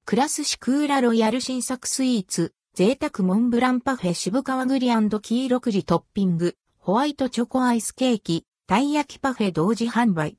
クラスシクーラロイヤル新作スイーツ、贅沢モンブランパフェ渋皮栗&黄色栗トッピング、ホワイトチョコアイスケーキ、たい焼きパフェ同時販売。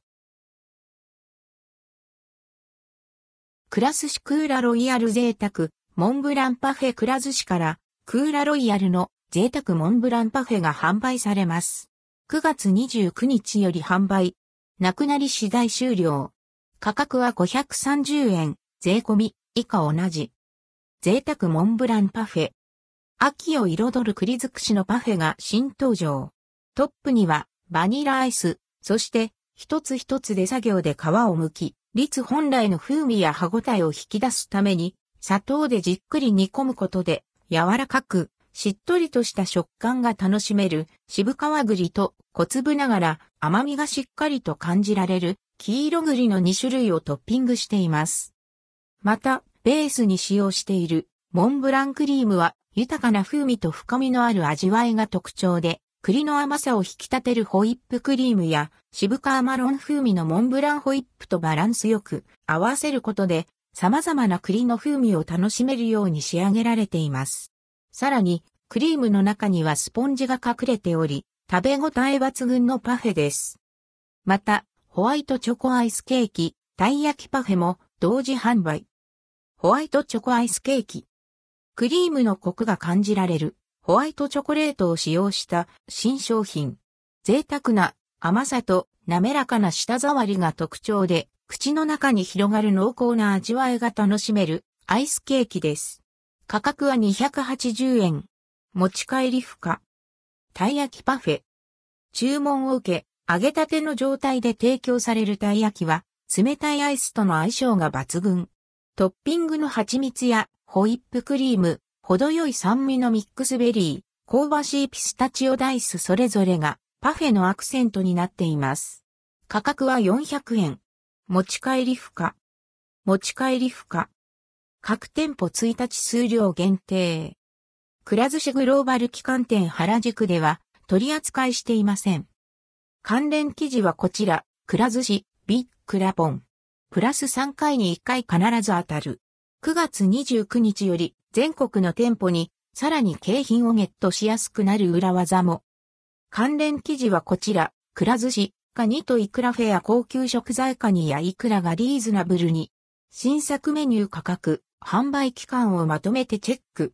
クラスシクーラロイヤル贅沢、モンブランパフェくら寿司から、クーラロイヤルの贅沢モンブランパフェが販売されます。9月29日より販売。なくなり次第終了。価格は530円、税込み、以下同じ。贅沢モンブランパフェ。秋を彩る栗尽くしのパフェが新登場。トップにはバニラアイス、そして一つ一つで作業で皮を剥き、栗本来の風味や歯ごたえを引き出すために、砂糖でじっくり煮込むことで、柔らかく、しっとりとした食感が楽しめる、渋皮栗と小粒ながら甘みがしっかりと感じられる、黄色栗の2種類をトッピングしています。また、ベースに使用しているモンブランクリームは豊かな風味と深みのある味わいが特徴で、栗の甘さを引き立てるホイップクリームや渋皮マロン風味のモンブランホイップとバランスよく合わせることで様々な栗の風味を楽しめるように仕上げられています。さらに、クリームの中にはスポンジが隠れており、食べ応え抜群のパフェです。また、ホワイトチョコアイスケーキ、たい焼きパフェも同時販売。ホワイトチョコアイスケーキ。クリームのコクが感じられるホワイトチョコレートを使用した新商品。贅沢な甘さと滑らかな舌触りが特徴で、口の中に広がる濃厚な味わいが楽しめるアイスケーキです。価格は280円。持ち帰り不可。たい焼きパフェ。注文を受け、揚げたての状態で提供されるたい焼きは、冷たいアイスとの相性が抜群。トッピングの蜂蜜やホイップクリーム、程よい酸味のミックスベリー、香ばしいピスタチオダイスそれぞれがパフェのアクセントになっています。価格は400円。持ち帰り不可。持ち帰り不可。各店舗1日数量限定。くら寿司グローバル旗艦店原宿では取り扱いしていません。関連記事はこちら、くら寿司、ビッくらポン。プラス3回に1回必ず当たる。9月29日より全国の店舗にさらに景品をゲットしやすくなる裏技も。関連記事はこちら、くら寿司、カニとイクラフェア高級食材カニやイクラがリーズナブルに。新作メニュー価格、販売期間をまとめてチェック。